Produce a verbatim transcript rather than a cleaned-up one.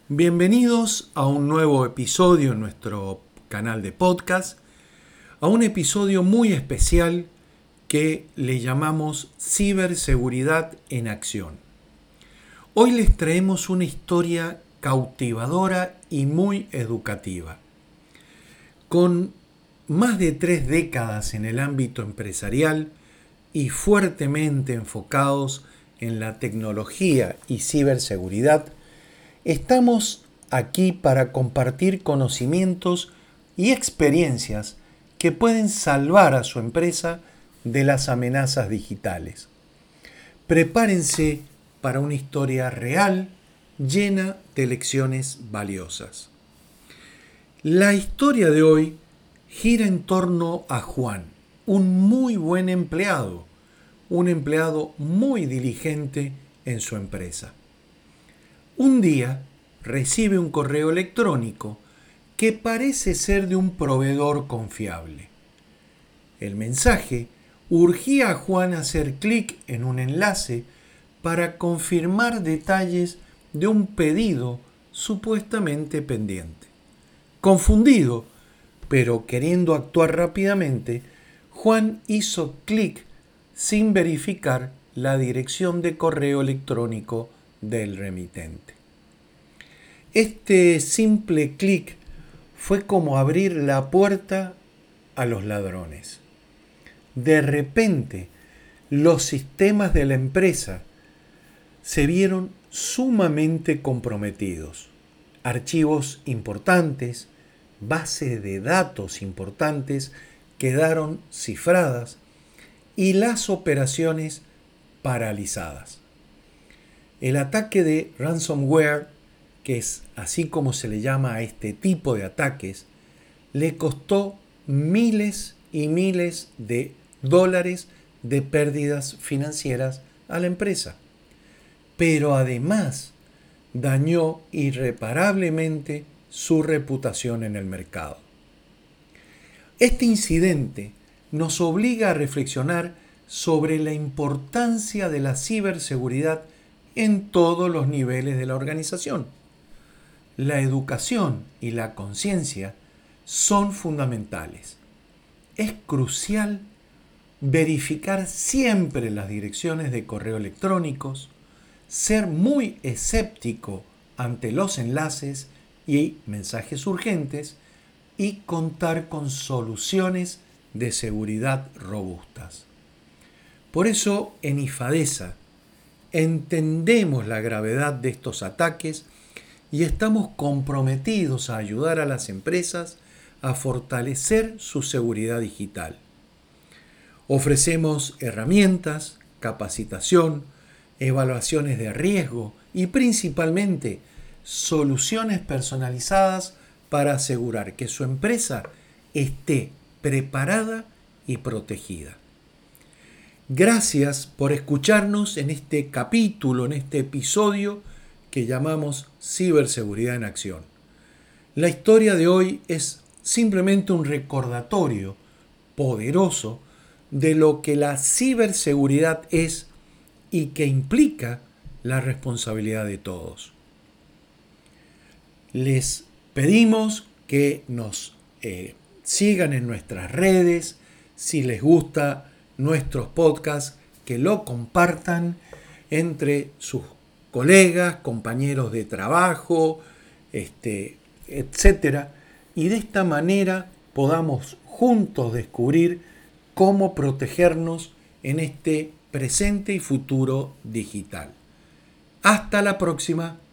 Bienvenidos a un nuevo episodio en nuestro canal de podcast, a un episodio muy especial que le llamamos Ciberseguridad en Acción. Hoy les traemos una historia cautivadora y muy educativa. Con más de tres décadas en el ámbito empresarial y fuertemente enfocados en la tecnología y ciberseguridad, estamos aquí para compartir conocimientos y experiencias que pueden salvar a su empresa de las amenazas digitales. Prepárense para una historia real llena de lecciones valiosas. La historia de hoy gira en torno a Juan, un muy buen empleado, un empleado muy diligente en su empresa. Un día recibe un correo electrónico que parece ser de un proveedor confiable. El mensaje urgía a Juan a hacer clic en un enlace para confirmar detalles de un pedido supuestamente pendiente. Confundido, pero queriendo actuar rápidamente, Juan hizo clic sin verificar la dirección de correo electrónico del remitente. Este simple clic fue como abrir la puerta a los ladrones. De repente, los sistemas de la empresa se vieron sumamente comprometidos. Archivos importantes, bases de datos importantes quedaron cifradas y las operaciones paralizadas. El ataque de ransomware, que es así como se le llama a este tipo de ataques, le costó miles y miles de dólares de pérdidas financieras a la empresa. Pero además dañó irreparablemente su reputación en el mercado. Este incidente nos obliga a reflexionar sobre la importancia de la ciberseguridad en todos los niveles de la organización. La educación y la conciencia son fundamentales. Es crucial verificar siempre las direcciones de correo electrónicos, ser muy escéptico ante los enlaces y mensajes urgentes y contar con soluciones de seguridad robustas. Por eso en IFADESA entendemos la gravedad de estos ataques y estamos comprometidos a ayudar a las empresas a fortalecer su seguridad digital. Ofrecemos herramientas, capacitación, evaluaciones de riesgo y principalmente soluciones personalizadas para asegurar que su empresa esté preparada y protegida. Gracias por escucharnos en este capítulo, en este episodio que llamamos Ciberseguridad en Acción. La historia de hoy es simplemente un recordatorio poderoso de lo que la ciberseguridad es y que implica la responsabilidad de todos. Les pedimos que nos eh, sigan en nuestras redes, si les gusta nuestros podcasts, que lo compartan entre sus colegas, compañeros de trabajo, este, etcétera, y de esta manera podamos juntos descubrir cómo protegernos en este presente y futuro digital. Hasta la próxima.